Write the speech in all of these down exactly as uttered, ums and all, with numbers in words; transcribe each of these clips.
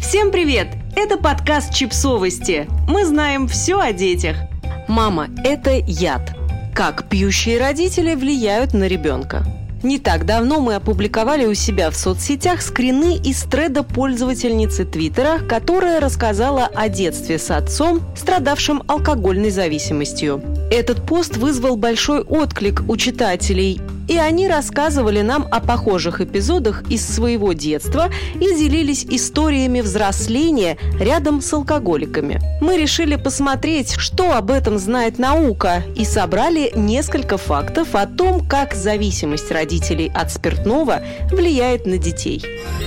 Всем привет! Это подкаст «Чипсовости». Мы знаем все о детях. Мама – это яд. Как пьющие родители влияют на ребенка. Не так давно мы опубликовали у себя в соцсетях скрины из треда пользовательницы Твиттера, которая рассказала о детстве с отцом, страдавшим алкогольной зависимостью. Этот пост вызвал большой отклик у читателей, и они рассказывали нам о похожих эпизодах из своего детства и делились историями взросления рядом с алкоголиками. Мы решили посмотреть, что об этом знает наука, и собрали несколько фактов о том, как зависимость родителей от спиртного влияет на детей.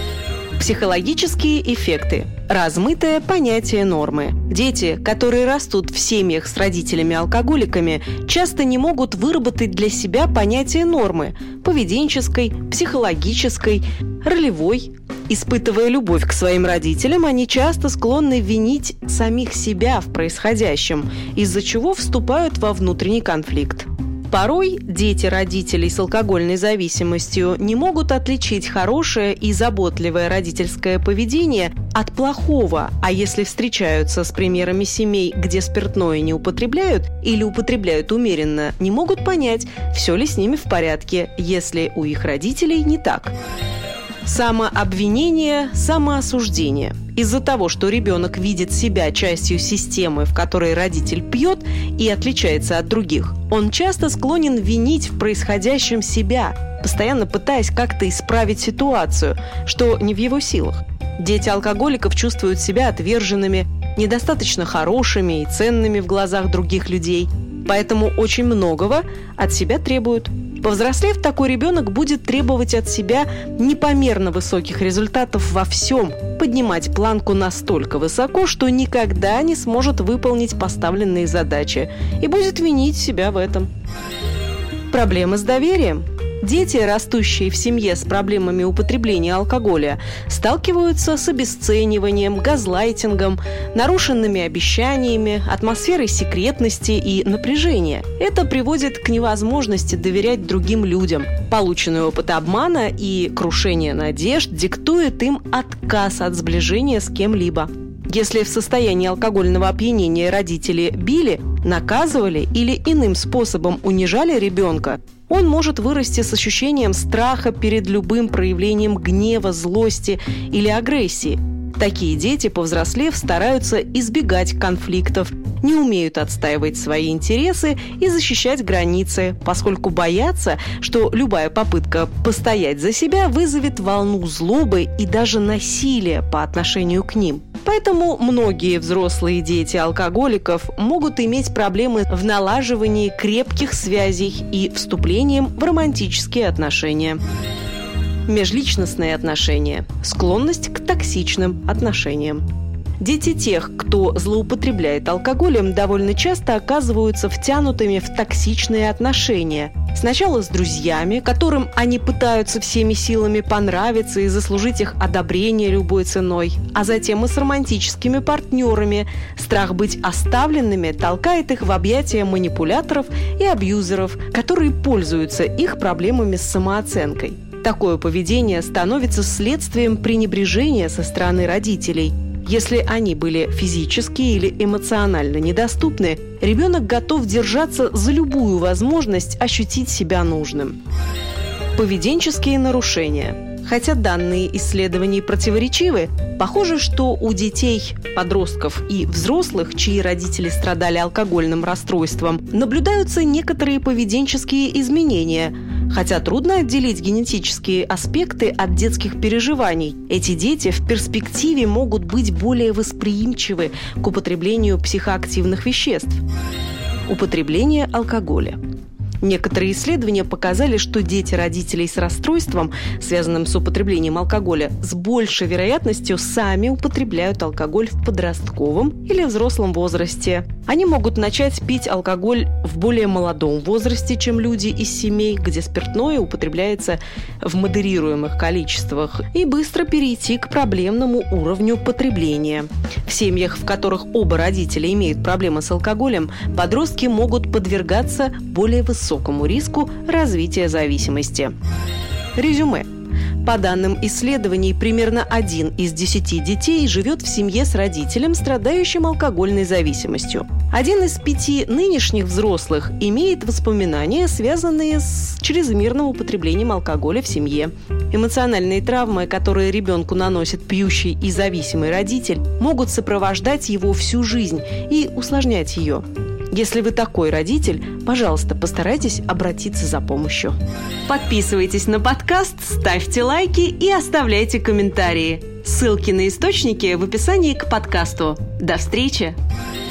Психологические эффекты. Размытое понятие нормы. Дети, которые растут в семьях с родителями-алкоголиками, часто не могут выработать для себя понятие нормы – поведенческой, психологической, ролевой. Испытывая любовь к своим родителям, они часто склонны винить самих себя в происходящем, из-за чего вступают во внутренний конфликт. Порой дети родителей с алкогольной зависимостью не могут отличить хорошее и заботливое родительское поведение от плохого, а если встречаются с примерами семей, где спиртное не употребляют или употребляют умеренно, не могут понять, все ли с ними в порядке, если у их родителей не так. Самообвинение, самоосуждение. Из-за того, что ребенок видит себя частью системы, в которой родитель пьет и отличается от других, он часто склонен винить в происходящем себя, постоянно пытаясь как-то исправить ситуацию, что не в его силах. Дети алкоголиков чувствуют себя отверженными, недостаточно хорошими и ценными в глазах других людей, поэтому очень многого от себя требуют. Повзрослев, такой ребенок будет требовать от себя непомерно высоких результатов во всем, поднимать планку настолько высоко, что никогда не сможет выполнить поставленные задачи и будет винить себя в этом. Проблемы с доверием. Дети, растущие в семье с проблемами употребления алкоголя, сталкиваются с обесцениванием, газлайтингом, нарушенными обещаниями, атмосферой секретности и напряжения. Это приводит к невозможности доверять другим людям. Полученный опыт обмана и крушение надежд диктует им отказ от сближения с кем-либо. Если в состоянии алкогольного опьянения родители били, наказывали или иным способом унижали ребенка, он может вырасти с ощущением страха перед любым проявлением гнева, злости или агрессии. Такие дети, повзрослев, стараются избегать конфликтов, не умеют отстаивать свои интересы и защищать границы, поскольку боятся, что любая попытка постоять за себя вызовет волну злобы и даже насилия по отношению к ним. Поэтому многие взрослые дети алкоголиков могут иметь проблемы в налаживании крепких связей и вступлением в романтические отношения. Межличностные отношения. Склонность к токсичным отношениям. Дети тех, кто злоупотребляет алкоголем, довольно часто оказываются втянутыми в токсичные отношения. Сначала с друзьями, которым они пытаются всеми силами понравиться и заслужить их одобрение любой ценой, а затем и с романтическими партнерами. Страх быть оставленными толкает их в объятия манипуляторов и абьюзеров, которые пользуются их проблемами с самооценкой. Такое поведение становится следствием пренебрежения со стороны родителей. Если они были физически или эмоционально недоступны, ребенок готов держаться за любую возможность ощутить себя нужным. Поведенческие нарушения. Хотя данные исследований противоречивы, похоже, что у детей, подростков и взрослых, чьи родители страдали алкогольным расстройством, наблюдаются некоторые поведенческие изменения. Хотя трудно отделить генетические аспекты от детских переживаний, эти дети в перспективе могут быть более восприимчивы к употреблению психоактивных веществ. Употребление алкоголя. Некоторые исследования показали, что дети родителей с расстройством, связанным с употреблением алкоголя, с большей вероятностью сами употребляют алкоголь в подростковом или взрослом возрасте. Они могут начать пить алкоголь в более молодом возрасте, чем люди из семей, где спиртное употребляется в модерируемых количествах, и быстро перейти к проблемному уровню потребления. В семьях, в которых оба родителя имеют проблемы с алкоголем, подростки могут подвергаться более высокому риску развития зависимости. Резюме. По данным исследований, примерно один из десяти детей живет в семье с родителем, страдающим алкогольной зависимостью. Один из пяти нынешних взрослых имеет воспоминания, связанные с чрезмерным употреблением алкоголя в семье. Эмоциональные травмы, которые ребенку наносит пьющий и зависимый родитель, могут сопровождать его всю жизнь и усложнять ее. Если вы такой родитель, пожалуйста, постарайтесь обратиться за помощью. Подписывайтесь на подкаст, ставьте лайки и оставляйте комментарии. Ссылки на источники в описании к подкасту. До встречи!